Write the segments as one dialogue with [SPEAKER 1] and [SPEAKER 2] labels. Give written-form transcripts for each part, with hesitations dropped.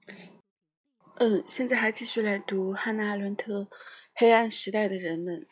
[SPEAKER 1] 现在还继续来读汉娜·阿伦特《黑暗时代的人们》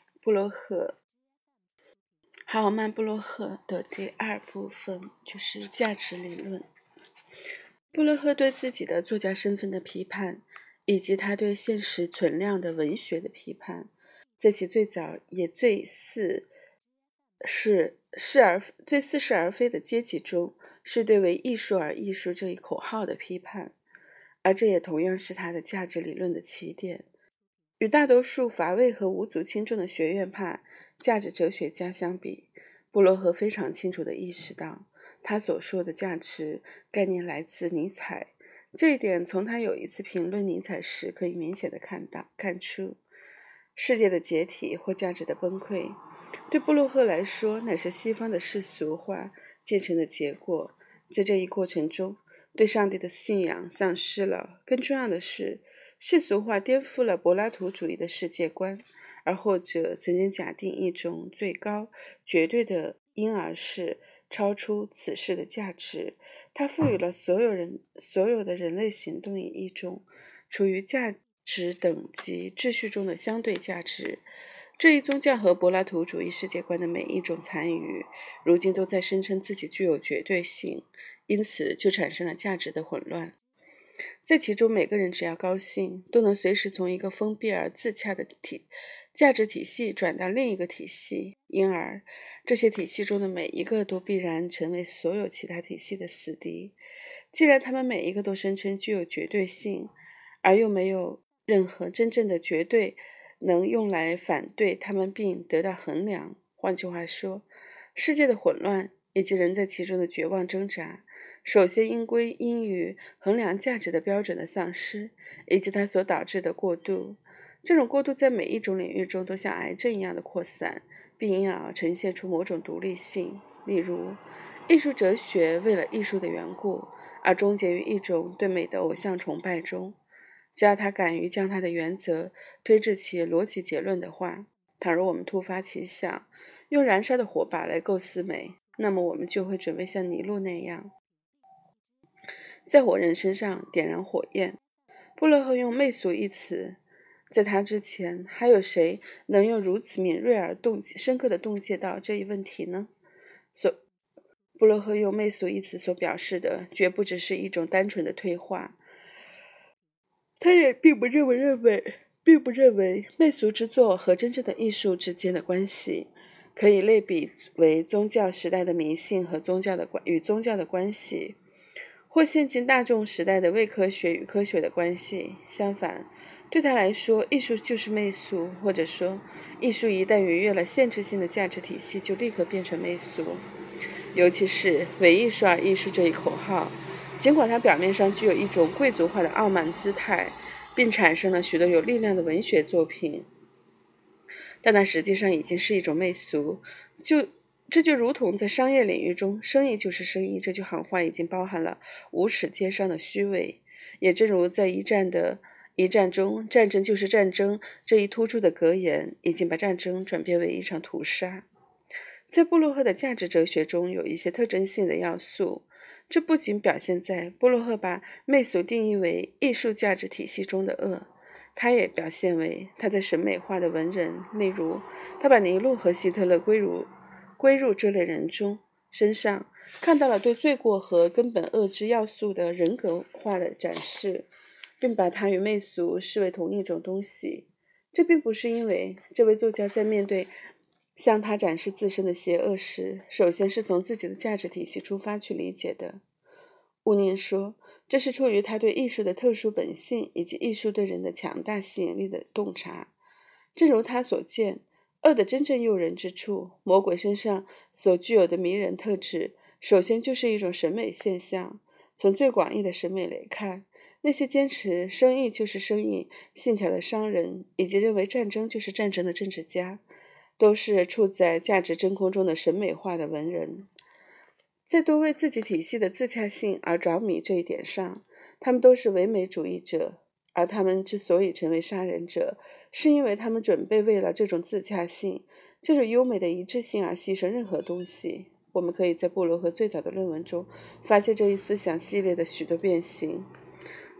[SPEAKER 1] 豪曼·布洛赫的第二部分，就是价值理论。布洛赫对自己的作家身份的批判，以及他对现实存量的文学的批判，在其最早也最似是而非的阶级中，是对为艺术而艺术这一口号的批判。而这也同样是他的价值理论的起点。与大多数乏味和无足轻重的学院派价值哲学家相比，布洛赫非常清楚地意识到，他所说的价值概念来自尼采。这一点从他有一次评论尼采时可以明显地看出。世界的解体或价值的崩溃，对布洛赫来说，乃是西方的世俗化建成的结果。在这一过程中，对上帝的信仰丧失了，更重要的是，世俗化颠覆了柏拉图主义的世界观，而后者曾经假定一种最高、绝对的，因而是超出此世的价值。它赋予了所有的人类行动以一种处于价值等级秩序中的相对价值。这一宗教和柏拉图主义世界观的每一种残余，如今都在声称自己具有绝对性，因此就产生了价值的混乱。在其中，每个人只要高兴，都能随时从一个封闭而自洽的价值体系转到另一个体系，因而这些体系中的每一个都必然成为所有其他体系的死敌。既然他们每一个都声称具有绝对性，而又没有任何真正的绝对能用来反对他们并得到衡量，换句话说，世界的混乱以及人在其中的绝望挣扎，首先应归因于衡量价值的标准的丧失，以及它所导致的过度。这种过度在每一种领域中都像癌症一样的扩散，并因而呈现出某种独立性。例如，艺术哲学为了艺术的缘故，而终结于一种对美的偶像崇拜中。只要他敢于将他的原则推至其逻辑结论的话，倘若我们突发奇想，用燃烧的火把来构思美，那么我们就会准备像尼禄那样，在活人身上点燃火焰。布洛赫用媚俗一词，在他之前，还有谁能用如此敏锐而深刻的洞见到这一问题呢？布洛赫用媚俗一词所表示的，绝不只是一种单纯的退化。他也并不认为媚俗之作和真正的艺术之间的关系可以类比为宗教时代的迷信和宗教的关系，或现今大众时代的伪科学与科学的关系。相反，对他来说，艺术就是媚俗，或者说，艺术一旦逾越了限制性的价值体系，就立刻变成媚俗。尤其是唯艺术而艺术这一口号，尽管它表面上具有一种贵族化的傲慢姿态，并产生了许多有力量的文学作品，但它实际上已经是一种媚俗。这就如同在商业领域中，生意就是生意这句行话已经包含了无耻奸商的虚伪，也正如在一战中，战争就是战争这一突出的格言已经把战争转变为一场屠杀。在布洛赫的价值哲学中有一些特征性的要素，这不仅表现在布洛赫把媚俗定义为艺术价值体系中的恶，它也表现为他在审美化的文人，例如他把尼禄和希特勒归入这类人身上，看到了对罪过和根本恶之要素的人格化的展示，并把它与媚俗视为同一种东西。这并不是因为这位作家在面对向他展示自身的邪恶时，首先是从自己的价值体系出发去理解的。乌念说，这是出于他对艺术的特殊本性以及艺术对人的强大吸引力的洞察。正如他所见，恶的真正诱人之处，魔鬼身上所具有的迷人特质，首先就是一种审美现象。从最广义的审美来看，那些坚持生意就是生意信条的商人，以及认为战争就是战争的政治家，都是处在价值真空中的审美化的文人。在多为自己体系的自洽性而着迷这一点上，他们都是唯美主义者，而他们之所以成为杀人者，是因为他们准备为了这种自洽性、这种优美的一致性而牺牲任何东西。我们可以在布罗赫最早的论文中发现这一思想系列的许多变形。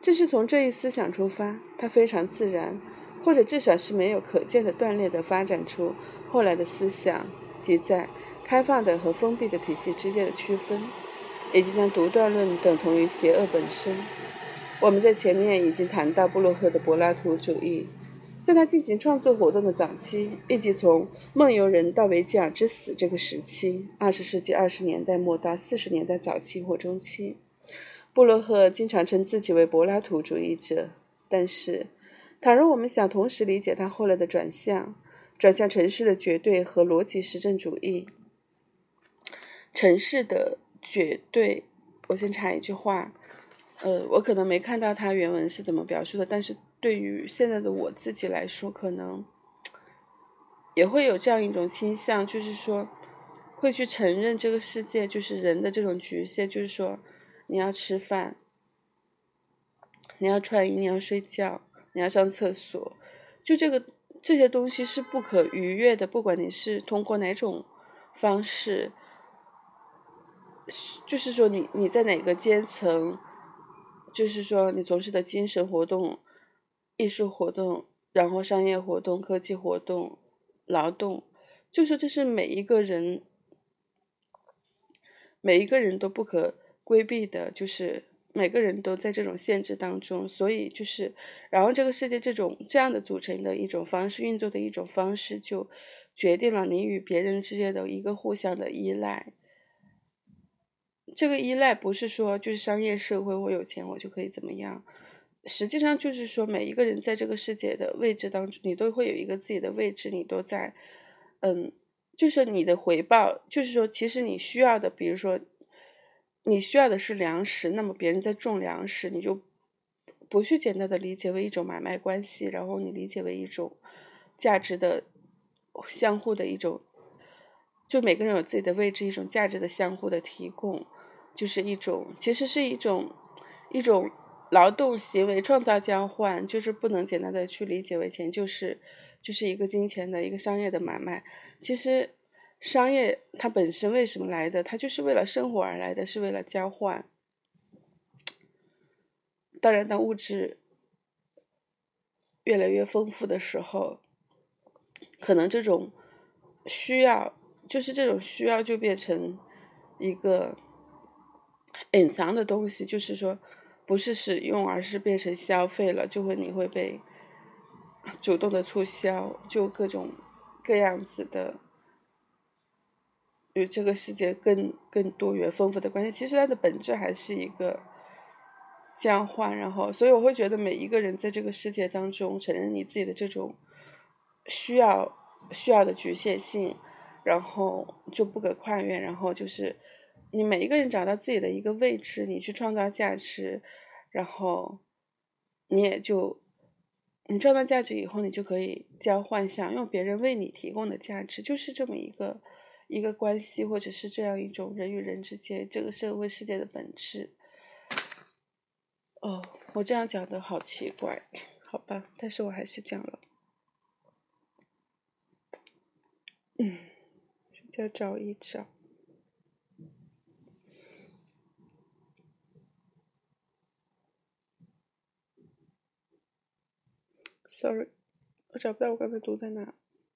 [SPEAKER 1] 这是从这一思想出发，它非常自然，或者至少是没有可见的断裂地发展出后来的思想，即在开放的和封闭的体系之间的区分，以及将独断论等同于邪恶本身。我们在前面已经谈到布洛赫的柏拉图主义，在他进行创作活动的早期，以及从梦游人到维吉尔之死这个时期，20世纪20年代末到40年代早期或中期，布洛赫经常称自己为柏拉图主义者。但是倘若我们想同时理解他后来的转向城市的绝对和逻辑实证主义，城市的绝对，我先插一句话，我可能没看到他原文是怎么表述的，但是对于现在的我自己来说，可能也会有这样一种倾向，就是说会去承认这个世界就是人的这种局限，就是说你要吃饭，你要穿衣，你要睡觉，你要上厕所，就这些东西是不可逾越的，不管你是通过哪种方式，就是说你在哪个阶层，就是说你从事的精神活动、艺术活动，然后商业活动、科技活动、劳动，就说这是每一个人都不可规避的，就是每个人都在这种限制当中，所以就是然后这个世界这样的组成的一种方式，运作的一种方式，就决定了你与别人之间的一个互相的依赖。这个依赖不是说就是商业社会我有钱我就可以怎么样，实际上就是说每一个人在这个世界的位置当中，你都会有一个自己的位置，你都在就是你的回报，就是说其实你需要的，比如说你需要的是粮食，那么别人在种粮食，你就不去简单的理解为一种买卖关系，然后你理解为一种价值的相互的一种，就每个人有自己的位置，一种价值的相互的提供，就是其实是一种劳动行为创造交换，就是不能简单的去理解为钱就是一个金钱的一个商业的买卖。其实商业它本身为什么来的，它就是为了生活而来的，是为了交换。当然当物质越来越丰富的时候，可能这种需要就变成一个隐藏的东西，就是说不是使用，而是变成消费了，你会被主动的促销，就各种各样子的与这个世界更多元丰富的关系。其实它的本质还是一个交换，然后所以我会觉得每一个人在这个世界当中承认你自己的这种需要的局限性，然后就不可跨越，然后就是你每一个人找到自己的一个位置，你去创造价值，然后你创造价值以后，你就可以交换，享用别人为你提供的价值，就是这么一个关系，或者是这样一种人与人之间这个社会世界的本质。哦，我这样讲的好奇怪，好吧，但是我还是讲了。再找一找。Sorry， 我找不到我刚才读在哪。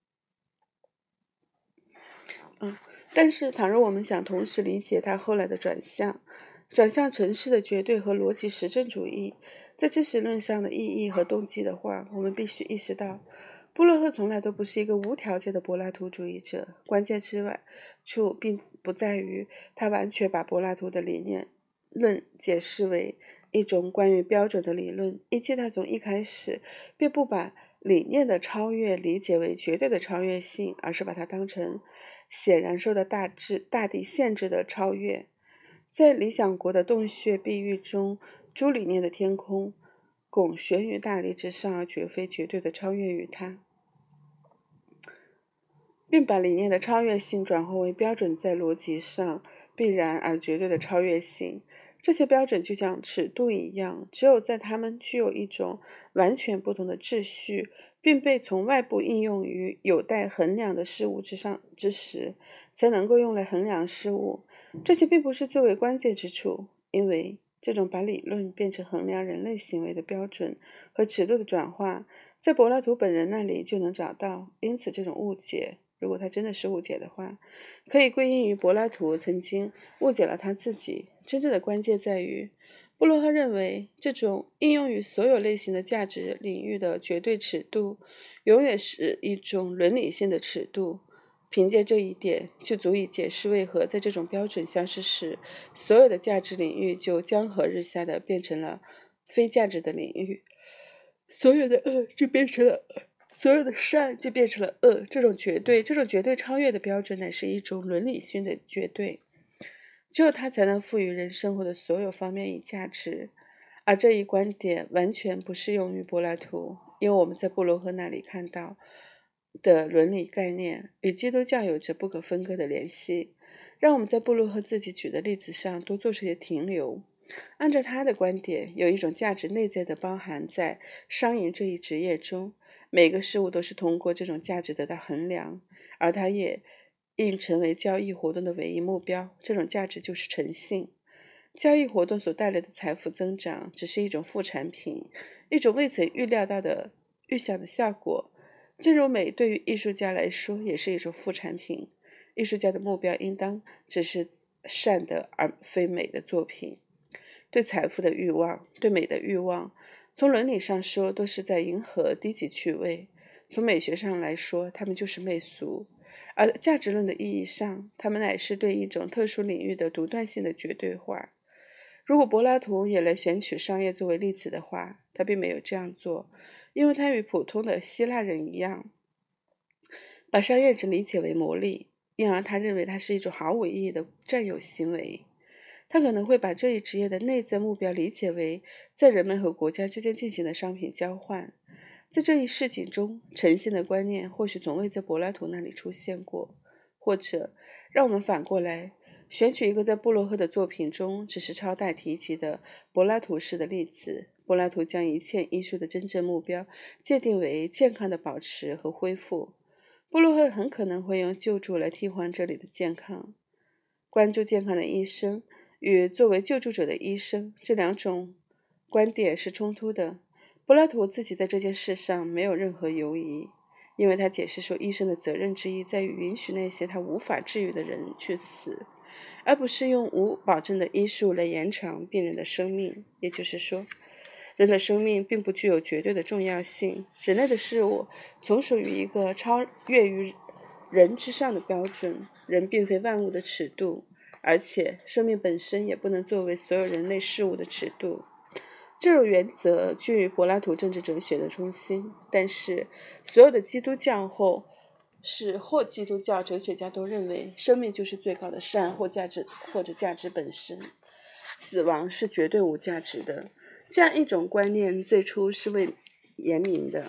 [SPEAKER 1] 但是倘若我们想同时理解他后来的转向城市的绝对和逻辑实证主义在知识论上的意义和动机的话，我们必须意识到，布洛赫从来都不是一个无条件的柏拉图主义者。关键处并不在于他完全把柏拉图的理念论解释为一种关于标准的理论，以及他从一开始便不把理念的超越理解为绝对的超越性，而是把它当成显然受到大地限制的超越。在理想国的洞穴碧玉中，诸理念的天空拱悬于大地之上，而绝非绝对的超越于它，并把理念的超越性转化为标准在逻辑上必然而绝对的超越性。这些标准就像尺度一样，只有在它们具有一种完全不同的秩序，并被从外部应用于有待衡量的事物之时，才能够用来衡量事物。这些并不是最为关键之处，因为这种把理论变成衡量人类行为的标准和尺度的转化，在柏拉图本人那里就能找到。因此，这种误解，如果他真的是误解的话，可以归因于柏拉图曾经误解了他自己。真正的关键在于，布洛赫认为，这种应用于所有类型的价值领域的绝对尺度，永远是一种伦理性的尺度。凭借这一点，就足以解释为何在这种标准消失时，所有的价值领域就江河日下的变成了非价值的领域，所有的恶就变成了恶，所有的善就变成了恶。这种绝对超越的标准，乃是一种伦理性的绝对。只有它才能赋予人生活的所有方面以价值，而这一观点完全不适用于柏拉图，因为我们在布洛赫那里看到的伦理概念与基督教有着不可分割的联系。让我们在布洛赫自己举的例子上多做出些停留。按照他的观点，有一种价值内在的包含在商营这一职业中，每个事物都是通过这种价值得到衡量，而它也应成为交易活动的唯一目标。这种价值就是诚信。交易活动所带来的财富增长只是一种副产品，一种未曾预料到的预想的效果。正如美对于艺术家来说也是一种副产品，艺术家的目标应当只是善的而非美的作品。对财富的欲望，对美的欲望，从伦理上说都是在迎合低级趣味，从美学上来说它们就是媚俗，而价值论的意义上，它们乃是对一种特殊领域的独断性的绝对化。如果柏拉图也来选取商业作为例子的话，他并没有这样做，因为他与普通的希腊人一样，把商业只理解为牟利，因而他认为它是一种毫无意义的占有行为。他可能会把这一职业的内在目标理解为在人们和国家之间进行的商品交换。在这一事情中，诚信的观念或许从未在柏拉图那里出现过。或者，让我们反过来选取一个在布洛赫的作品中只是捎带提及的柏拉图式的例子。柏拉图将一切艺术的真正目标界定为健康的保持和恢复。布洛赫很可能会用救助来替换这里的健康。关注健康的医生与作为救助者的医生，这两种观点是冲突的。柏拉图自己在这件事上没有任何犹疑，因为他解释说，医生的责任之一在于允许那些他无法治愈的人去死，而不是用无保证的医术来延长病人的生命。也就是说，人的生命并不具有绝对的重要性，人类的事物从属于一个超越于人之上的标准，人并非万物的尺度，而且生命本身也不能作为所有人类事物的尺度。这种原则居于柏拉图政治哲学的中心，但是所有的基督教或基督教哲学家都认为，生命就是最高的善或价值本身，死亡是绝对无价值的。这样一种观念最初是未言明的，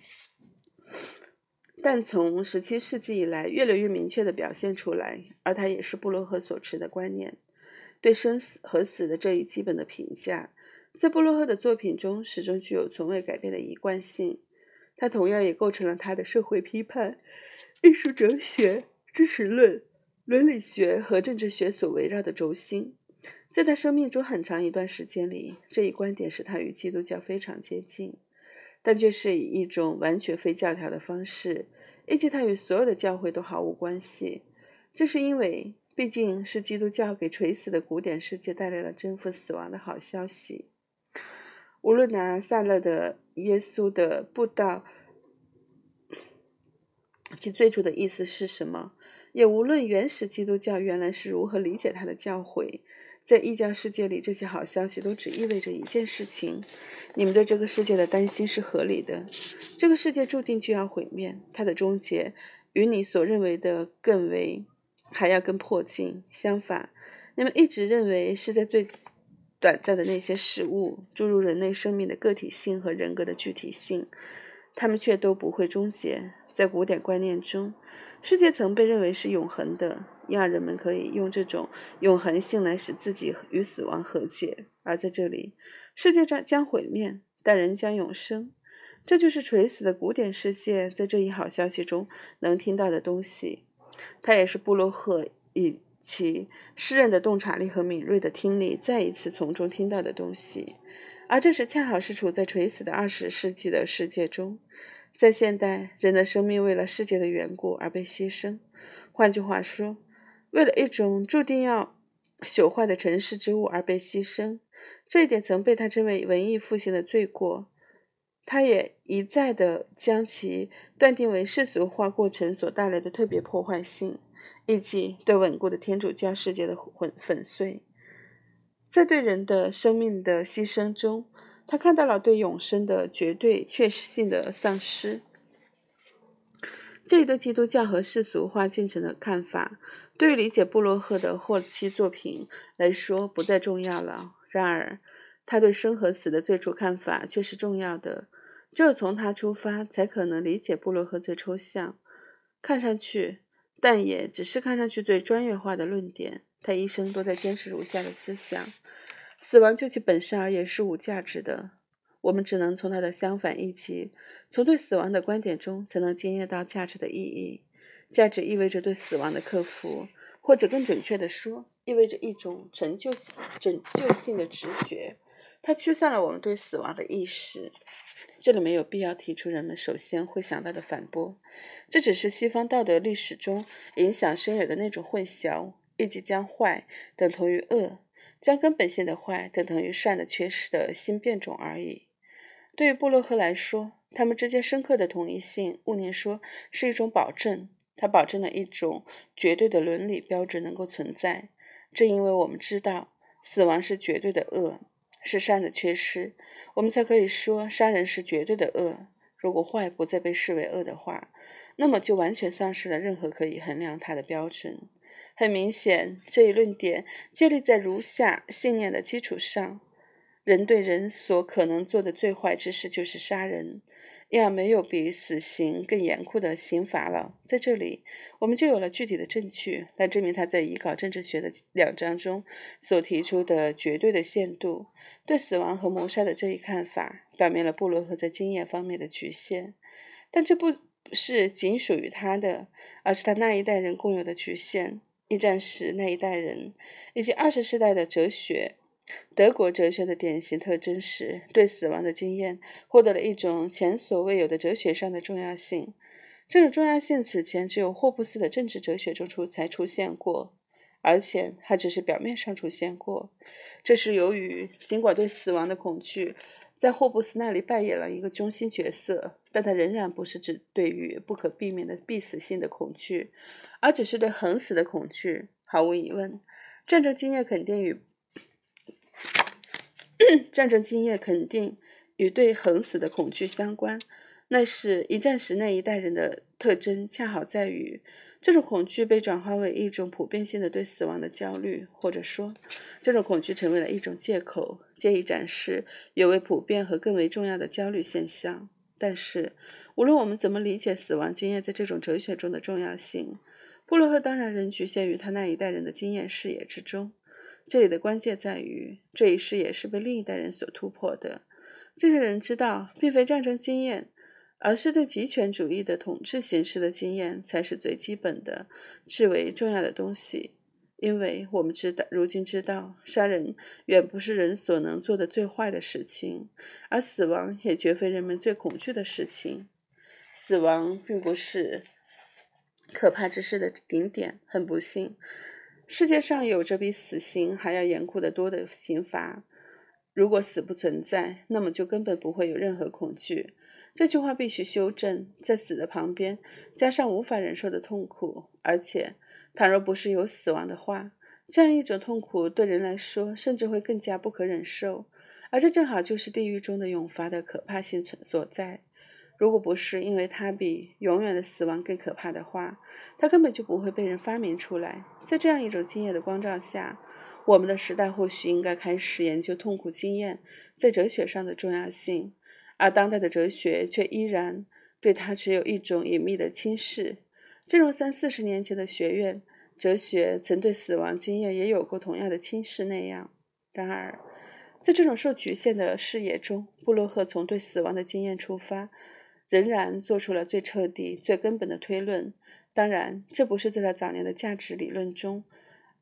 [SPEAKER 1] 但从17世纪以来越来越明确地表现出来，而它也是布洛赫所持的观念。对生死和死的这一基本的评价，在布洛赫的作品中始终具有从未改变的一贯性。它同样也构成了他的社会批判、艺术哲学、知识论、伦理学和政治学所围绕的轴心。在他生命中很长一段时间里，这一观点使他与基督教非常接近，但却是以一种完全非教条的方式，以及他与所有的教会都毫无关系。这是因为毕竟是基督教给垂死的古典世界带来了征服死亡的好消息。无论拿撒勒的耶稣的布道其最初的意思是什么，也无论原始基督教原来是如何理解他的教诲，在异教世界里，这些好消息都只意味着一件事情：你们对这个世界的担心是合理的。这个世界注定就要毁灭，它的终结与你所认为的还要更迫近。相反，你们一直认为是在最短暂的那些事物，诸如人类生命的个体性和人格的具体性，它们却都不会终结。在古典观念中，世界曾被认为是永恒的，因而人们可以用这种永恒性来使自己与死亡和解。而在这里，世界将毁灭，但人将永生。这就是垂死的古典世界在这一好消息中能听到的东西。它也是布洛赫以其诗人的洞察力和敏锐的听力再一次从中听到的东西，而这时恰好是处在垂死的20世纪的世界中。在现代，人的生命为了世界的缘故而被牺牲，换句话说，为了一种注定要朽坏的尘世之物而被牺牲，这一点曾被他称为文艺复兴的罪过。他也一再地将其断定为世俗化过程所带来的特别破坏性，以及对稳固的天主教世界的粉碎。在对人的生命的牺牲中，他看到了对永生的绝对确实性的丧失。这一对基督教和世俗化进程的看法，对于理解布洛赫的后期作品来说不再重要了。然而，他对生和死的最初看法却是重要的。只有从他出发，才可能理解布洛赫最抽象、看上去，但也只是看上去最专业化的论点。他一生都在坚持如下的思想：死亡就其本身而言是无价值的。我们只能从它的相反义起，从对死亡的观点中，才能经验到价值的意义。价值意味着对死亡的克服，或者更准确地说，意味着一种拯救性的直觉。它驱散了我们对死亡的意识。这里没有必要提出人们首先会想到的反驳，这只是西方道德历史中影响深远的那种混淆，以及将坏等同于恶，将根本性的坏等同于善的缺失的新变种而已。对于布洛赫来说，他们之间深刻的同一性，勿念说是一种保证，它保证了一种绝对的伦理标准能够存在。正因为我们知道死亡是绝对的恶，是善的缺失，我们才可以说杀人是绝对的恶。如果坏不再被视为恶的话，那么就完全丧失了任何可以衡量它的标准。很明显，这一论点建立在如下信念的基础上：人对人所可能做的最坏之事就是杀人，因而没有比死刑更严酷的刑罚了。在这里，我们就有了具体的证据来证明他在遗稿政治学的2章中所提出的绝对的限度。对死亡和谋杀的这一看法，表明了布洛赫在经验方面的局限，但这不是仅属于他的，而是他那一代人共有的局限。一战时那一代人，以及20世代的哲学，德国哲学的典型特征是对死亡的经验获得了一种前所未有的哲学上的重要性。这种重要性此前只有霍布斯的政治哲学中才出现过，而且还只是表面上出现过。这是由于尽管对死亡的恐惧在霍布斯那里扮演了一个中心角色，但它仍然不是指对于不可避免的必死性的恐惧，而只是对横死的恐惧。毫无疑问，战争经验肯定与对横死的恐惧相关。那是一战时那一代人的特征，恰好在于这种恐惧被转化为一种普遍性的对死亡的焦虑，或者说，这种恐惧成为了一种借口，借以展示尤为普遍和更为重要的焦虑现象。但是，无论我们怎么理解死亡经验在这种哲学中的重要性，布洛赫当然仍局限于他那一代人的经验视野之中。这里的关键在于，这一视野是被另一代人所突破的。这些人知道，并非战争经验，而是对极权主义的统治形式的经验才是最基本的、至为重要的东西。因为我们如今知道，杀人远不是人所能做的最坏的事情，而死亡也绝非人们最恐惧的事情。死亡并不是可怕之事的顶点。很不幸，世界上有着比死刑还要严酷得多的刑罚。如果死不存在，那么就根本不会有任何恐惧。这句话必须修正，在死的旁边加上无法忍受的痛苦。而且，倘若不是有死亡的话，这样一种痛苦对人来说甚至会更加不可忍受。而这正好就是地狱中的永罚的可怕性所在。如果不是因为它比永远的死亡更可怕的话，它根本就不会被人发明出来。在这样一种经验的光照下，我们的时代或许应该开始研究痛苦经验在哲学上的重要性，而当代的哲学却依然对它持有一种隐秘的轻视。正如30-40年前的学院哲学曾对死亡经验也有过同样的轻视那样。然而，在这种受局限的视野中，布洛赫从对死亡的经验出发，仍然做出了最彻底、最根本的推论。当然，这不是在他早年的价值理论中，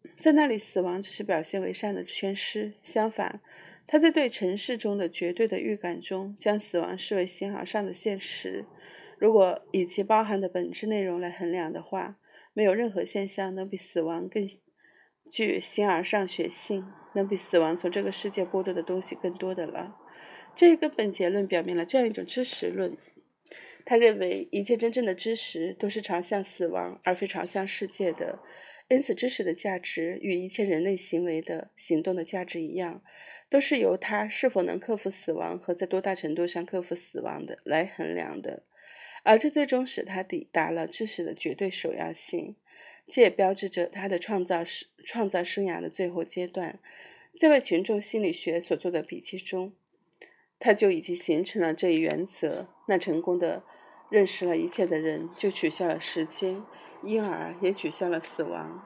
[SPEAKER 1] 在那里，死亡只是表现为善的宣示。相反，他在对尘世中的绝对的预感中，将死亡视为形而上的现实。如果以其包含的本质内容来衡量的话，没有任何现象能比死亡更具形而上学性，能比死亡从这个世界剥夺的东西更多的了。这一根本结论表明了这样一种知识论：他认为一切真正的知识都是朝向死亡，而非朝向世界的。因此，知识的价值与一切人类行为的行动的价值一样，都是由他是否能克服死亡和在多大程度上克服死亡的来衡量的。而这最终使他抵达了知识的绝对首要性，这也标志着他的创造生涯的最后阶段。在为群众心理学所做的笔记中，他就已经形成了这一原则。那成功的认识了一切的人，就取消了时间，因而也取消了死亡。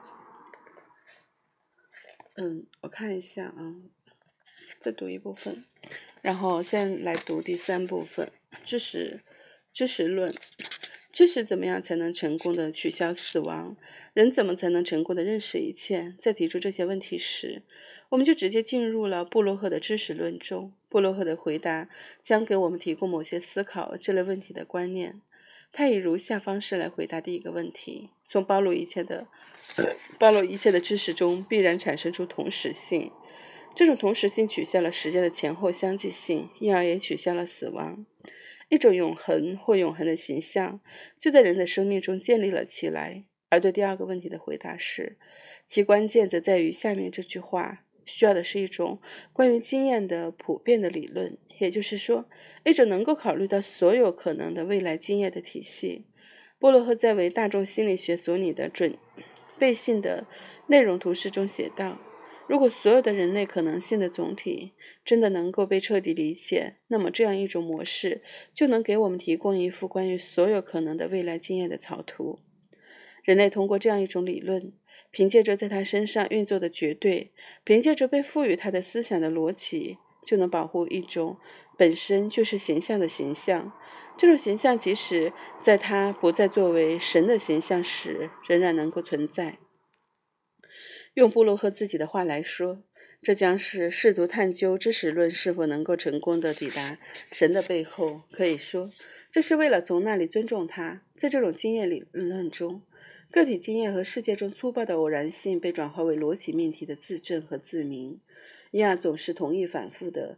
[SPEAKER 1] 我看一下啊，再读一部分，然后先来读第3部分，知识论。知识怎么样才能成功的取消死亡？人怎么才能成功的认识一切？在提出这些问题时，我们就直接进入了布洛赫的知识论中。布洛赫的回答将给我们提供某些思考这类问题的观念。他以如下方式来回答第一个问题：从暴露一切的知识中必然产生出同时性，这种同时性取消了时间的前后相继性，因而也取消了死亡。一种永恒或永恒的形象就在人的生命中建立了起来。而对第二个问题的回答是，其关键则在于下面这句话：需要的是一种关于经验的普遍的理论，也就是说，一种能够考虑到所有可能的未来经验的体系。波洛赫在为大众心理学所拟的准备性的内容图示中写道：如果所有的人类可能性的总体真的能够被彻底理解，那么这样一种模式就能给我们提供一幅关于所有可能的未来经验的草图。人类通过这样一种理论，凭借着在他身上运作的绝对，凭借着被赋予他的思想的逻辑，就能保护一种本身就是形象的形象。这种形象即使在他不再作为神的形象时，仍然能够存在。用布洛赫自己的话来说，这将是试图探究知识论是否能够成功地抵达神的背后。可以说，这是为了从那里尊重他。在这种经验理论中，个体经验和世界中粗暴的偶然性被转化为逻辑命题的自证和自明。因而总是同意反复的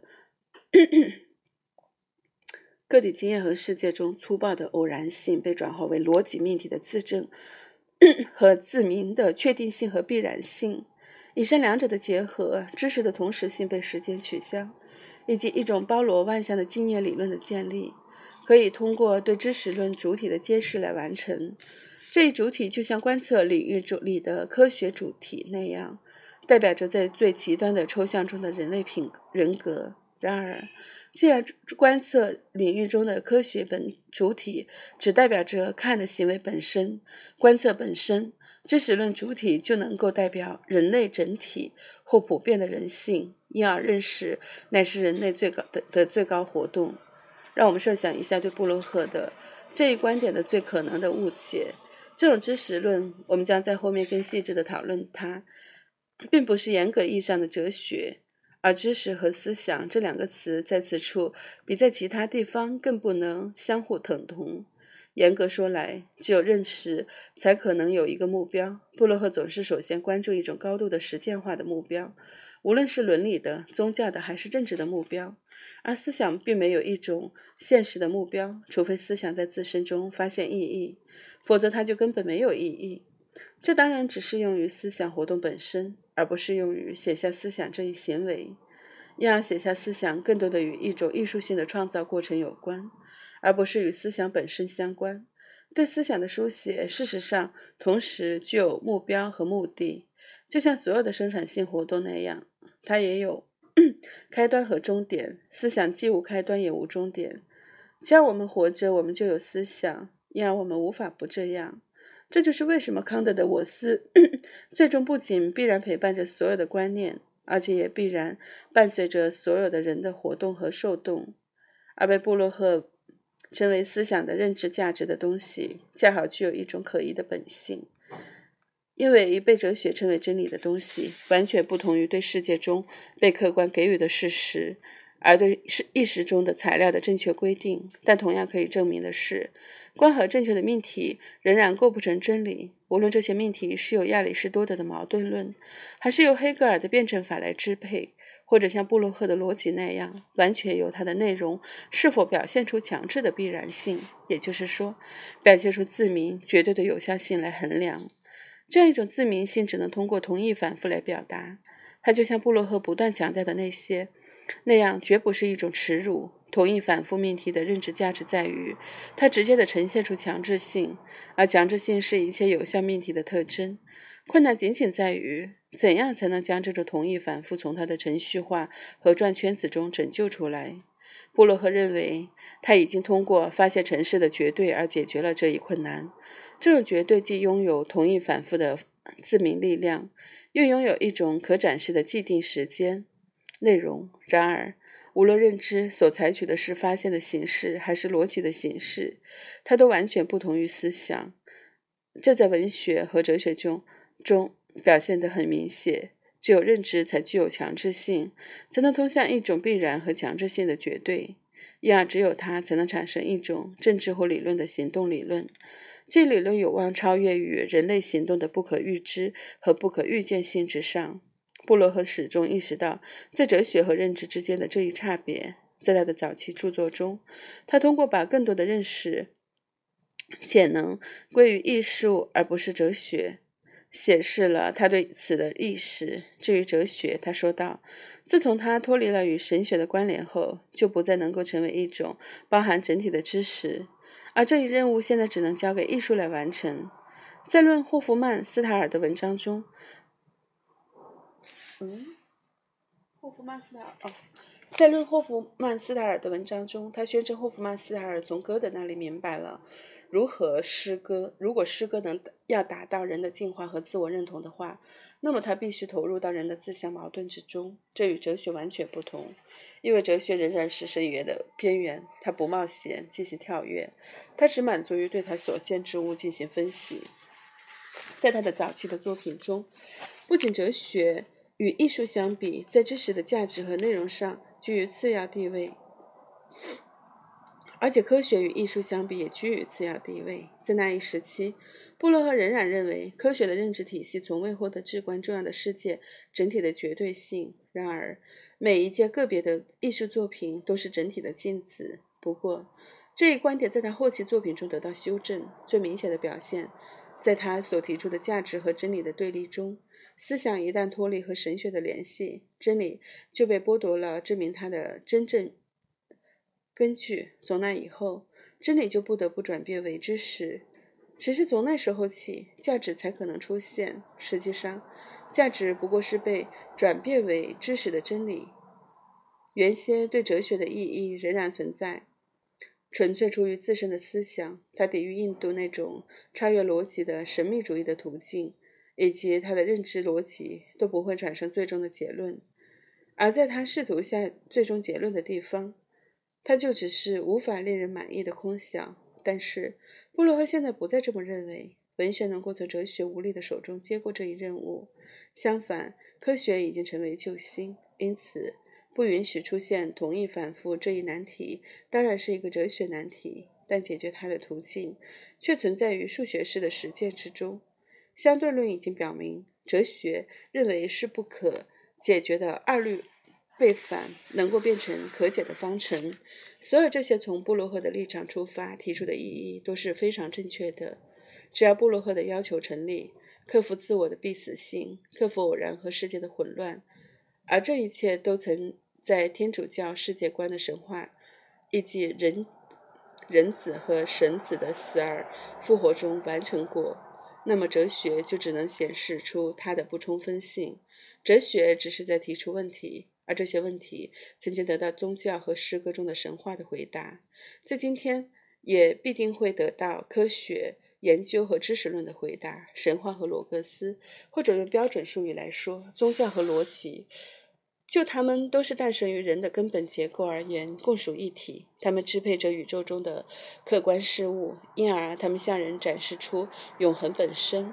[SPEAKER 1] 个体经验和世界中粗暴的偶然性被转化为逻辑命题的自证和自明的确定性和必然性。以上两者的结合，知识的同时性被时间取消，以及一种包罗万象的经验理论的建立，可以通过对知识论主体的揭示来完成。这一主体就像观测领域里的科学主体那样，代表着在最极端的抽象中的人类人格。然而，既然观测领域中的科学主体只代表着看的行为本身，观测本身，知识论主体就能够代表人类整体或普遍的人性，因而认识乃是人类最高活动。让我们设想一下对布洛赫的这一观点的最可能的误解。这种知识论，我们将在后面更细致地讨论它，并不是严格意义上的哲学，而知识和思想这两个词在此处比在其他地方更不能相互等同。严格说来，只有认识才可能有一个目标。布洛赫总是首先关注一种高度的实践化的目标，无论是伦理的、宗教的还是政治的目标。而思想并没有一种现实的目标，除非思想在自身中发现意义，否则它就根本没有意义。这当然只适用于思想活动本身，而不适用于写下思想这一行为。因而写下思想更多的与一种艺术性的创造过程有关，而不是与思想本身相关。对思想的书写，事实上同时具有目标和目的，就像所有的生产性活动那样，它也有开端和终点。思想既无开端也无终点。只要我们活着，我们就有思想，因而我们无法不这样。这就是为什么康德的我思最终不仅必然陪伴着所有的观念，而且也必然伴随着所有的人的活动和受动。而被布洛赫称为思想的认知价值的东西，恰好具有一种可疑的本性。 因为被哲学称为真理的东西，完全不同于对世界中被客观给予的事实，而对意识中的材料的正确规定。但同样可以证明的是，光和正确的命题仍然构不成真理，无论这些命题是由亚里士多德的矛盾论，还是由黑格尔的辩证法来支配，或者像布洛赫的逻辑那样，完全由它的内容是否表现出强制的必然性，也就是说，表现出自明绝对的有效性来衡量。这样一种自明性只能通过同义反复来表达，它就像布洛赫不断强调的那样，绝不是一种耻辱。同义反复命题的认知价值在于，它直接地呈现出强制性，而强制性是一切有效命题的特征。困难仅仅在于，怎样才能将这种同义反复从它的程序化和转圈子中拯救出来。布洛赫认为，他已经通过发现程式的绝对而解决了这一困难。这种绝对既拥有同义反复的自明力量，又拥有一种可展示的既定时间内容。然而，无论认知所采取的是发现的形式还是逻辑的形式，它都完全不同于思想。这在文学和哲学中表现得很明显。只有认知才具有强制性，才能通向一种必然和强制性的绝对，因而只有它才能产生一种政治或理论的行动理论。这理论有望超越于人类行动的不可预知和不可预见性之上。布洛赫始终意识到在哲学和认知之间的这一差别。在他的早期著作中，他通过把更多的认识潜能归于艺术而不是哲学，显示了他对此的意识。至于哲学，他说道，自从他脱离了与神学的关联后，就不再能够成为一种包含整体的知识，而这一任务现在只能交给艺术来完成。在论霍夫曼斯塔尔的文章中，在论霍夫曼斯塔尔的文章中，他宣称霍夫曼斯塔尔从歌德那里明白了如果诗歌要达到人的进化和自我认同的话，那么他必须投入到人的自相矛盾之中。这与哲学完全不同，因为哲学仍然是深渊的边缘，它不冒险进行跳跃，它只满足于对他所见之物进行分析。在他的早期的作品中，不仅哲学与艺术相比，在知识的价值和内容上居于次要地位，而且科学与艺术相比也居于次要地位。在那一时期，布洛赫仍然认为科学的认知体系从未获得至关重要的世界整体的绝对性。然而，每一件个别的艺术作品都是整体的镜子。不过，这一观点在他后期作品中得到修正。最明显的表现在他所提出的价值和真理的对立中。思想一旦脱离和神学的联系，真理就被剥夺了证明它的真正根据。从那以后，真理就不得不转变为知识。只是从那时候起，价值才可能出现。实际上，价值不过是被转变为知识的真理。原先对哲学的意义仍然存在，纯粹出于自身的思想。它抵御印度那种超越逻辑的神秘主义的途径，以及他的认知逻辑都不会产生最终的结论。而在他试图下最终结论的地方，它就只是无法令人满意的空想。但是布洛赫现在不再这么认为，文学能够从哲学无力的手中接过这一任务。相反，科学已经成为救星，因此不允许出现同义反复这一难题当然是一个哲学难题，但解决它的途径却存在于数学式的实践之中。相对论已经表明，哲学认为是不可解决的二律背反能够变成可解的方程。所有这些从布洛赫的立场出发提出的意义都是非常正确的。只要布洛赫的要求成立，克服自我的必死性，克服偶然和世界的混乱，而这一切都曾在天主教世界观的神话以及人子和神子的死而复活中完成过，那么哲学就只能显示出它的不充分性。哲学只是在提出问题，而这些问题曾经得到宗教和诗歌中的神话的回答，在今天也必定会得到科学研究和知识论的回答。神话和罗格斯，或者用标准术语来说，宗教和逻辑，就它们都是诞生于人的根本结构而言，共属一体。它们支配着宇宙中的客观事物，因而它们向人展示出永恒本身。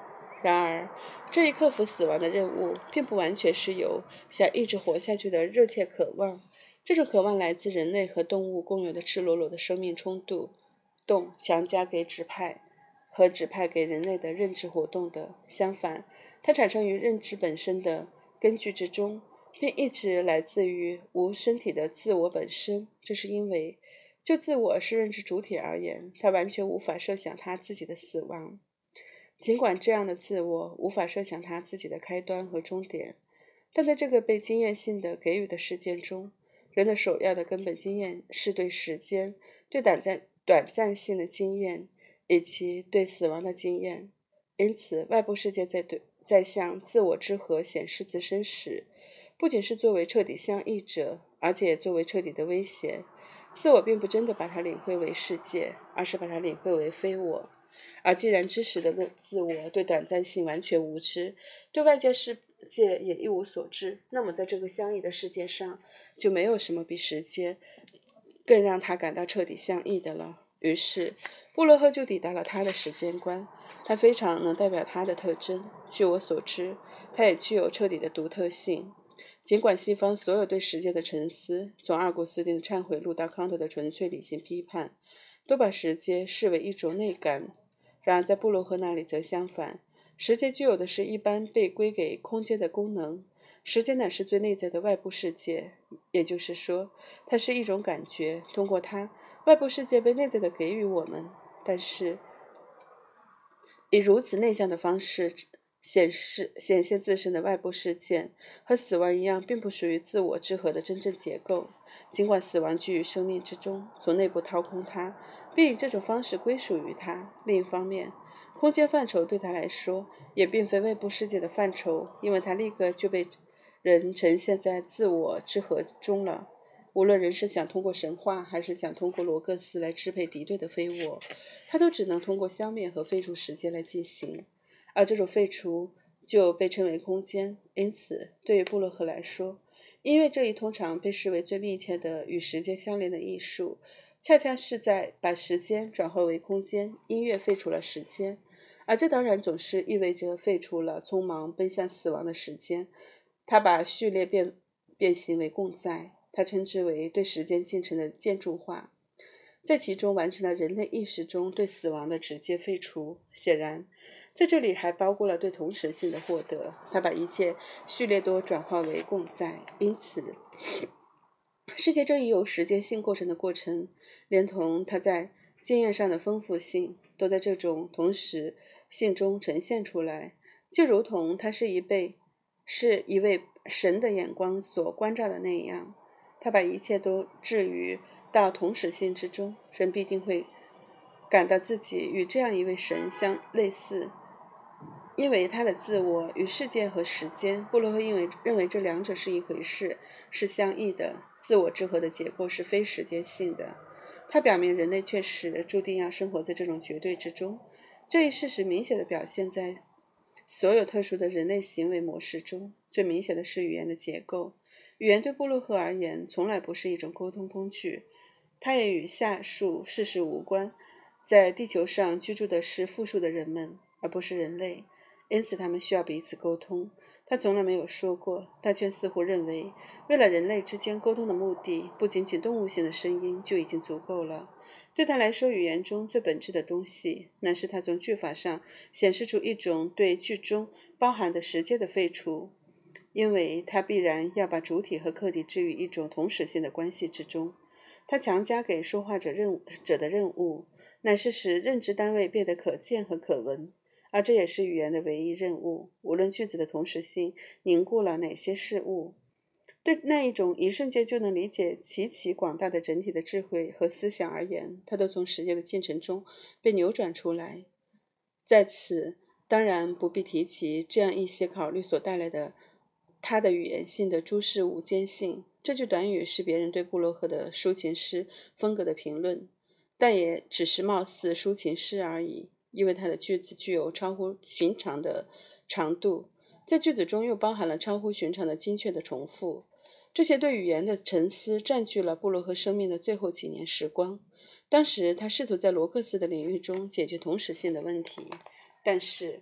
[SPEAKER 1] 然而，这一克服死亡的任务，并不完全是由想一直活下去的热切渴望。这种渴望来自人类和动物共有的赤裸裸的生命冲动强加给指派给人类的认知活动的。相反，它产生于认知本身的根据之中，并一直来自于无身体的自我本身。这是因为，就自我是认知主体而言，它完全无法设想它自己的死亡。尽管这样的自我无法设想它自己的开端和终点，但在这个被经验性的给予的事件中，人的首要的根本经验是对时间、对短暂性的经验以及对死亡的经验。因此，外部世界在向自我之河显示自身时，不仅是作为彻底相异者，而且也作为彻底的威胁。自我并不真的把它领会为世界，而是把它领会为非我。而既然知识的自我对短暂性完全无知，对外界世界也一无所知，那么在这个相异的世界上，就没有什么比时间更让他感到彻底相异的了。于是，布洛赫就抵达了他的时间观，它非常能代表他的特征。据我所知，它也具有彻底的独特性。尽管西方所有对时间的沉思，从阿古斯丁的忏悔录到康德的纯粹理性批判，都把时间视为一种内感，然而在布洛赫那里则相反，时间具有的是一般被归给空间的功能。时间乃是最内在的外部世界，也就是说，它是一种感觉，通过它，外部世界被内在的给予我们，但是以如此内向的方式显现自身的外部事件，和死亡一样，并不属于自我之核的真正结构。尽管死亡居于生命之中，从内部掏空它，并以这种方式归属于它。另一方面，空间范畴对他来说也并非外部世界的范畴，因为它立刻就被人呈现在自我之核中了。无论人是想通过神话，还是想通过罗各斯来支配敌对的非我，他都只能通过消灭和废除时间来进行，而这种废除就被称为空间。因此，对于布洛赫来说，音乐这一通常被视为最密切的与时间相连的艺术，恰恰是在把时间转化为空间。音乐废除了时间，而这当然总是意味着废除了匆忙奔向死亡的时间。他把序列变形为共在，他称之为对时间进程的建筑化，在其中完成了人类意识中对死亡的直接废除。显然，在这里还包括了对同时性的获得。他把一切序列都转化为共在，因此，世界这一由时间性构成的过程，连同它在经验上的丰富性，都在这种同时性中呈现出来，就如同它是一位神的眼光所关照的那样。他把一切都置于到同时性之中，人必定会感到自己与这样一位神相类似，因为他的自我与世界和时间。布洛赫认为这两者是一回事，是相异的。自我之核的结构是非时间性的，他表明人类确实注定要生活在这种绝对之中。这一事实明显地表现在所有特殊的人类行为模式中。最明显的是语言的结构。语言对布洛赫而言从来不是一种沟通工具，它也与下述事实无关。在地球上居住的是复数的人们，而不是人类，因此他们需要彼此沟通。他从来没有说过，他却似乎认为，为了人类之间沟通的目的，不仅仅动物性的声音就已经足够了。对他来说，语言中最本质的东西，乃是他从句法上显示出一种对句中包含的时间的废除，因为他必然要把主体和客体置于一种同时性的关系之中。他强加给说话者的任务，乃是使认知单位变得可见和可闻，而这也是语言的唯一任务。无论句子的同时性凝固了哪些事物，对那一种一瞬间就能理解其广大的整体的智慧和思想而言，它都从时间的进程中被扭转出来。在此，当然不必提及这样一些考虑所带来的他的语言性的诸事无间性。这句短语是别人对布洛赫的抒情诗风格的评论，但也只是貌似抒情诗而已，因为他的句子具有超乎寻常的长度，在句子中又包含了超乎寻常的精确的重复。这些对语言的沉思占据了布洛赫生命的最后几年时光。当时他试图在罗克斯的领域中解决同时性的问题，但是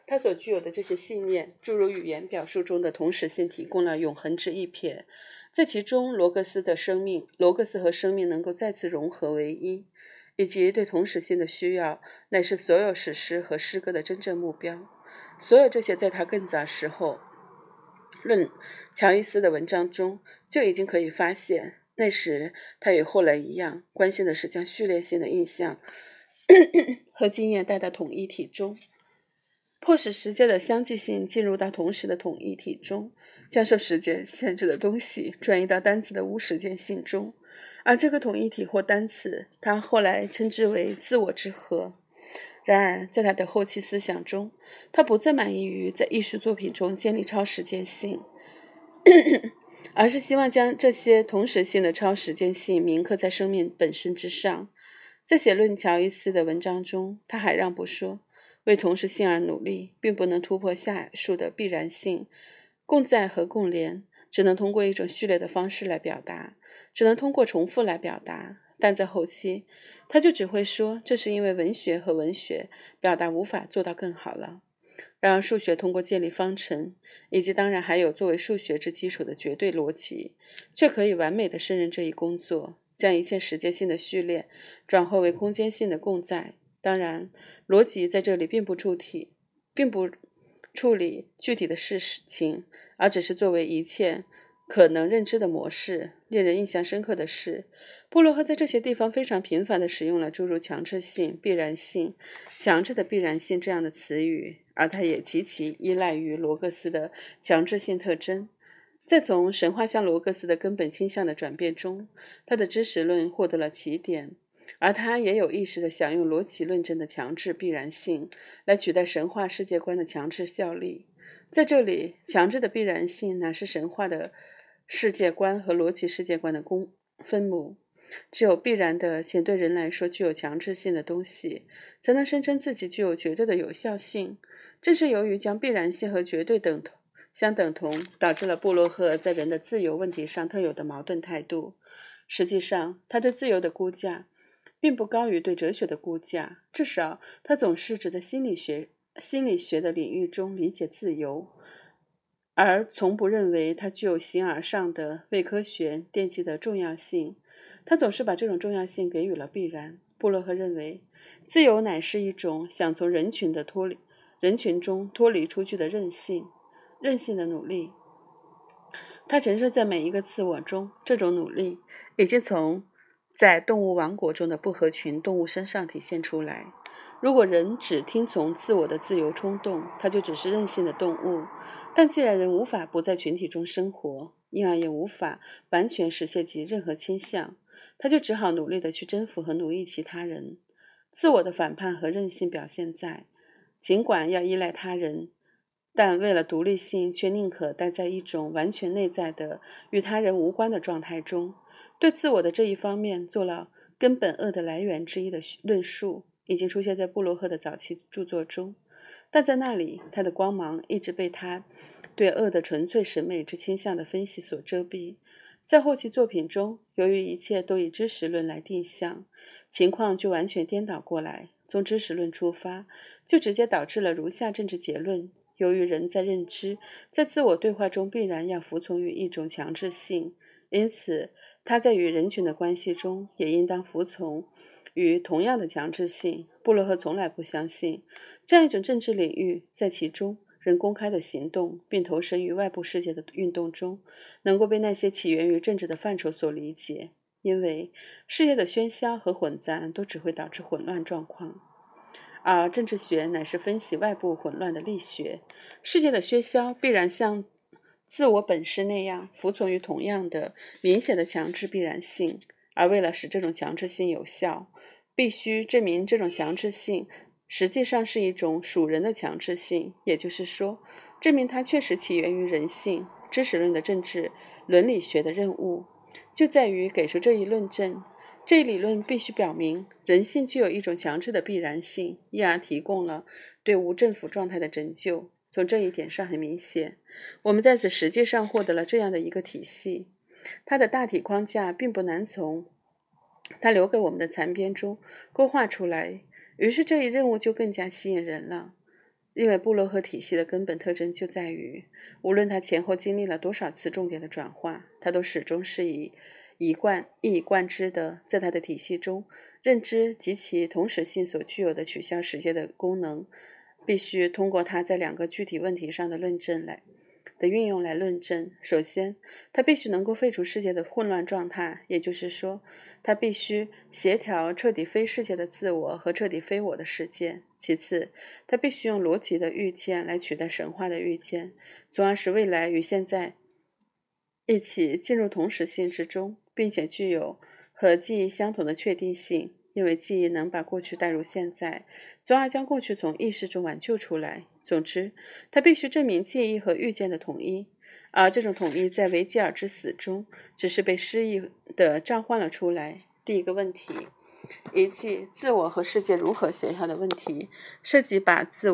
[SPEAKER 1] 他所具有的这些信念，诸如语言表述中的同时性，提供了永恒之一瞥。在其中，罗格斯和生命能够再次融合为一，以及对同时性的需要，乃是所有史诗和诗歌的真正目标。所有这些在他更早时候论乔伊斯的文章中就已经可以发现。那时他与后来一样，关心的是将序列性的印象和经验带到统一体中，迫使时间的相继性进入到同时的统一体中，将受时间限制的东西转移到单词的无时间性中。而这个统一体或单词，他后来称之为自我之和。然而在他的后期思想中，他不再满意于在艺术作品中建立超时间性而是希望将这些同时性的超时间性铭刻在生命本身之上。在写论乔伊斯的文章中，他还让步说，为同时性而努力并不能突破下述的必然性，共在和共联只能通过一种序列的方式来表达，只能通过重复来表达。但在后期，他就只会说，这是因为文学和文学表达无法做到更好了。然而数学通过建立方程，以及当然还有作为数学之基础的绝对逻辑，却可以完美地胜任这一工作，将一切时间性的序列转化为空间性的共在。当然，逻辑在这里并不处理具体的事情，而只是作为一切可能认知的模式。令人印象深刻的是，布洛赫在这些地方非常频繁地使用了诸如强制性、必然性、强制的必然性这样的词语，而他也极其依赖于罗格斯的强制性特征。在从神话向罗格斯的根本倾向的转变中，他的知识论获得了起点，而他也有意识地想用逻辑论证的强制必然性来取代神话世界观的强制效力。在这里，强制的必然性乃是神话的世界观和逻辑世界观的分母。只有必然的且对人来说具有强制性的东西，才能声称自己具有绝对的有效性。正是由于将必然性和绝对相等同，导致了布洛赫在人的自由问题上特有的矛盾态度。实际上，他对自由的估价并不高于对哲学的估价，至少他总是只在心理学的领域中理解自由，而从不认为它具有形而上的为科学奠基的重要性。他总是把这种重要性给予了必然。布洛赫认为，自由乃是一种想从人群中脱离出去的任性的努力。他陈设在每一个自我中，这种努力已经从在动物王国中的不合群动物身上体现出来。如果人只听从自我的自由冲动，他就只是任性的动物。但既然人无法不在群体中生活，因而也无法完全实现其任何倾向，他就只好努力地去征服和奴役其他人。自我的反叛和任性表现在，尽管要依赖他人，但为了独立性却宁可待在一种完全内在的与他人无关的状态中。对自我的这一方面做了根本恶的来源之一的论述，已经出现在布洛赫的早期著作中，但在那里他的光芒一直被他对恶的纯粹审美之倾向的分析所遮蔽。在后期作品中，由于一切都以知识论来定向，情况就完全颠倒过来。从知识论出发，就直接导致了如下政治结论：由于人在认知、在自我对话中必然要服从于一种强制性，因此他在与人群的关系中也应当服从于同样的强制性。布洛赫从来不相信这样一种政治领域，在其中人公开的行动并投身于外部世界的运动中，能够被那些起源于政治的范畴所理解，因为世界的喧嚣和混杂都只会导致混乱状况，而政治学乃是分析外部混乱的力学。世界的喧嚣必然像自我本身那样服从于同样的明显的强制必然性，而为了使这种强制性有效，必须证明这种强制性实际上是一种属人的强制性，也就是说，证明它确实起源于人性。知识论的政治伦理学的任务就在于给出这一论证。这一理论必须表明人性具有一种强制的必然性，因而提供了对无政府状态的拯救。从这一点上很明显，我们在此实际上获得了这样的一个体系，它的大体框架并不难从他留给我们的残篇中勾画出来，于是这一任务就更加吸引人了。 因为布洛赫体系的根本特征就在于，无论它前后经历了多少次重点的转化，它都始终是一以贯之的，在它的体系中，认知及其同时性所具有的取消世界的功能，必须通过它在两个具体问题上的运用来论证。首先，它必须能够废除世界的混乱状态，也就是说，它必须协调彻底非世界的自我和彻底非我的世界。其次，它必须用逻辑的预见来取代神话的预见，从而使未来与现在一起进入同时性之中，并且具有和记忆相同的确定性，因为记忆能把过去带入现在，从而将过去从意识中挽救出来。总之，它必须证明记忆和预见的统一，而这种统一在维吉尔之死中只是被诗意地召唤了出来。第一个问题，以及自我和世界如何协调的问题，涉及把自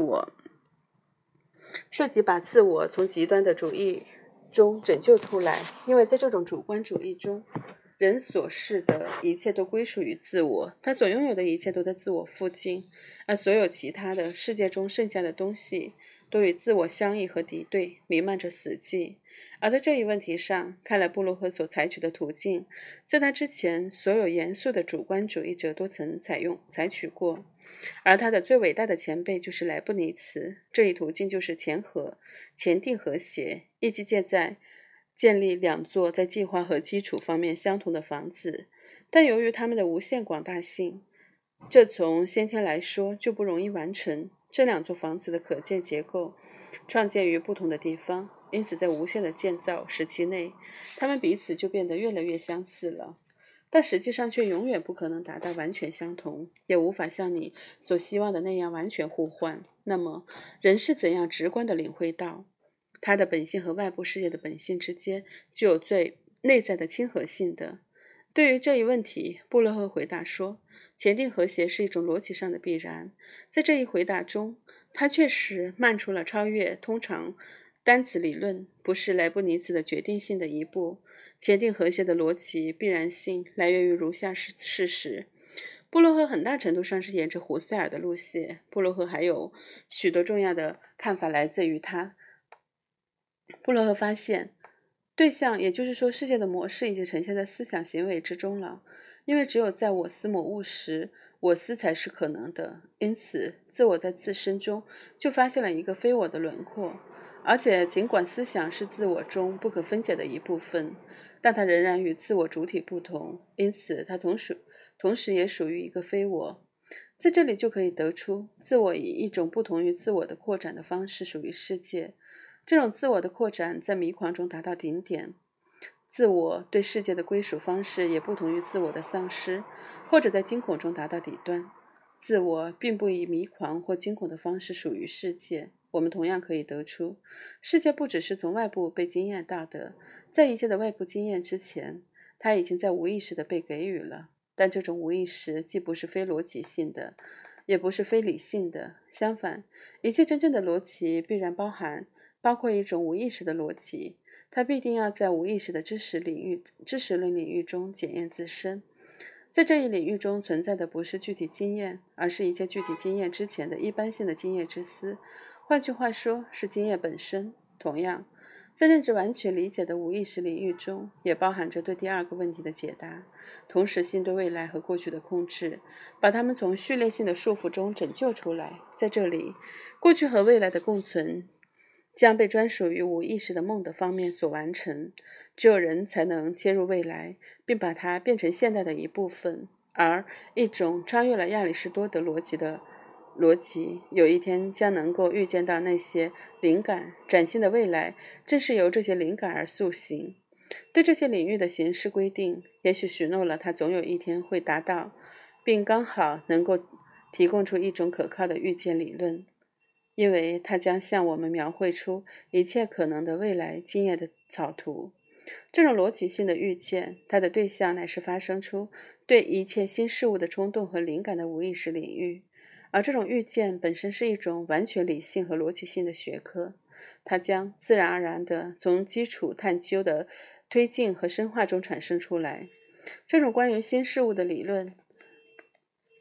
[SPEAKER 1] 我从极端的主义中拯救出来，因为在这种主观主义中，人所视的一切都归属于自我，他所拥有的一切都在自我附近，而所有其他的世界中剩下的东西都与自我相异和敌对，弥漫着死寂。而在这一问题上，看来布洛赫所采取的途径，在他之前所有严肃的主观主义者都曾采取过，而他的最伟大的前辈就是莱布尼茨。这一途径就是前定和谐，以及建立两座在计划和基础方面相同的房子，但由于它们的无限广大性，这从先天来说就不容易完成。这两座房子的可见结构创建于不同的地方，因此在无限的建造时期内，它们彼此就变得越来越相似了，但实际上却永远不可能达到完全相同，也无法像你所希望的那样完全互换。那么，人是怎样直观地领会到他的本性和外部世界的本性之间具有最内在的亲和性的？对于这一问题，布洛赫回答说，前定和谐是一种逻辑上的必然。在这一回答中，他确实迈出了超越通常单子理论不是莱布尼茨的决定性的一步。前定和谐的逻辑必然性来源于如下事实。布洛赫很大程度上是沿着胡塞尔的路线。布洛赫还有许多重要的看法来自于他。布洛赫发现，对象，也就是说世界的模式已经呈现在思想行为之中了，因为只有在我思某物时，我思才是可能的。因此，自我在自身中就发现了一个非我的轮廓，而且尽管思想是自我中不可分解的一部分，但它仍然与自我主体不同，因此它同时也属于一个非我。在这里就可以得出，自我以一种不同于自我的扩展的方式属于世界。这种自我的扩展在迷狂中达到顶点，自我对世界的归属方式也不同于自我的丧失，或者在惊恐中达到底端。自我并不以迷狂或惊恐的方式属于世界。我们同样可以得出，世界不只是从外部被经验到的，在一切的外部经验之前，它已经在无意识地被给予了。但这种无意识既不是非逻辑性的，也不是非理性的。相反，一切真正的逻辑必然包括一种无意识的逻辑，它必定要在无意识的知识论领域中检验自身。在这一领域中存在的不是具体经验，而是一切具体经验之前的一般性的经验之思，换句话说，是经验本身。同样，在认知完全理解的无意识领域中，也包含着对第二个问题的解答，同时性对未来和过去的控制，把它们从序列性的束缚中拯救出来。在这里，过去和未来的共存将被专属于无意识的梦的方面所完成。只有人才能切入未来，并把它变成现代的一部分，而一种超越了亚里士多德逻辑有一天将能够预见到那些灵感崭新的未来，正是由这些灵感而塑形。对这些领域的形式规定，也许许诺了它总有一天会达到，并刚好能够提供出一种可靠的预见理论，因为它将向我们描绘出一切可能的未来经验的草图。这种逻辑性的预见，它的对象乃是发生出对一切新事物的冲动和灵感的无意识领域，而这种预见本身是一种完全理性和逻辑性的学科，它将自然而然地从基础探究的推进和深化中产生出来。这种关于新事物的理论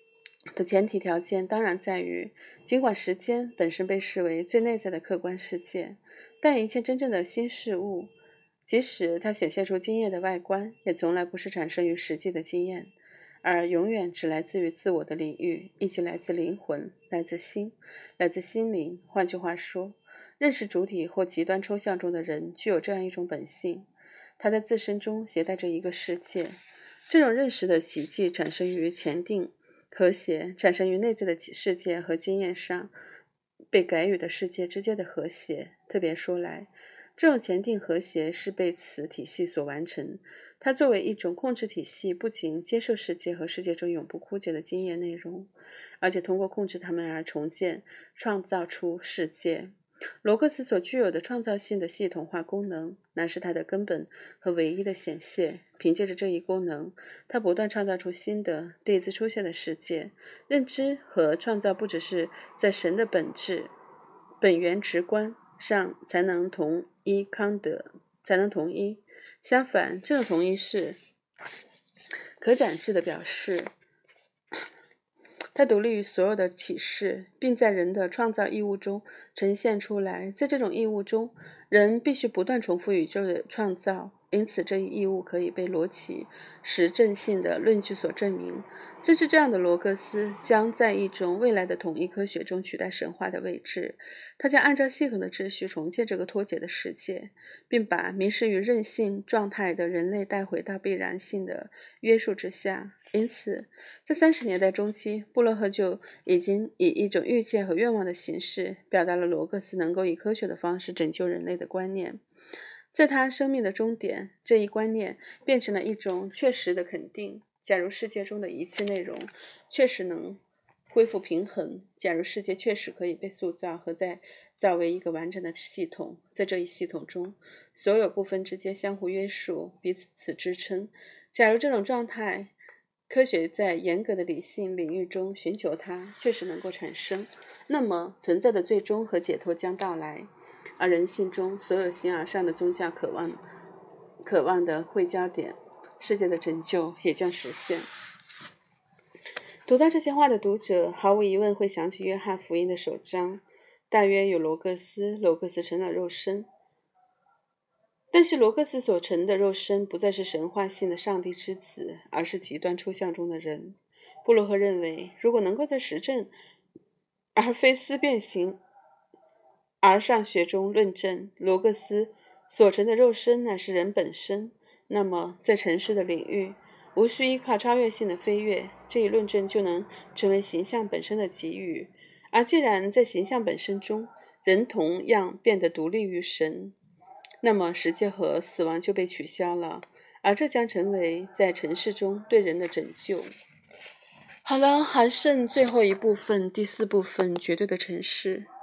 [SPEAKER 1] 的前提条件当然在于，尽管时间本身被视为最内在的客观世界，但一切真正的新事物，即使它显现出经验的外观，也从来不是产生于实际的经验，而永远只来自于自我的领域，以及来自灵魂，来自心，来自心灵。换句话说，认识主体或极端抽象中的人具有这样一种本性，他在自身中携带着一个世界。这种认识的奇迹产生于前定和谐，产生于内在的世界和经验上被给予的世界之间的和谐。特别说来，这种前定和谐是被此体系所完成。它作为一种控制体系，不仅接受世界和世界中永不枯竭的经验内容，而且通过控制它们而重建、创造出世界。罗克斯所具有的创造性的系统化功能，乃是它的根本和唯一的显现。凭借着这一功能，他不断创造出新的、第一次出现的世界。认知和创造不只是在神的本质、本源直观上才能同一康德，才能同一。相反，这种同一是可展示的表示。它独立于所有的启示，并在人的创造义务中呈现出来。在这种义务中，人必须不断重复宇宙的创造，因此这一义务可以被罗奇实证性的论据所证明。正是这样的罗格斯将在一种未来的统一科学中取代神话的位置。他将按照系统的秩序重建这个脱节的世界，并把迷失于任性状态的人类带回到必然性的约束之下。因此，在30年代中期，布洛赫就已经以一种预见和愿望的形式表达了罗格斯能够以科学的方式拯救人类的观念。在他生命的终点，这一观念变成了一种确实的肯定。假如世界中的一切内容确实能恢复平衡，假如世界确实可以被塑造和再造为一个完整的系统，在这一系统中，所有部分之间相互约束，彼此支撑。假如这种状态，科学在严格的理性领域中寻求它确实能够产生，那么存在的最终和解脱将到来，而人性中所有形而上的宗教渴望的汇焦点，世界的拯救也将实现。读到这些话的读者，毫无疑问会想起约翰福音的首章，大约有罗格斯成了肉身。但是罗克斯所成的肉身不再是神话性的上帝之子，而是极端抽象中的人。布洛赫认为，如果能够在实证而非思辨型而上学中论证罗克斯所成的肉身乃是人本身，那么在尘世的领域，无需依靠超越性的飞跃，这一论证就能成为形象本身的给予。而既然在形象本身中，人同样变得独立于神，那么世界和死亡就被取消了，而这将成为在尘世中对人的拯救。好了，还剩最后一部分，第4部分，绝对的尘世。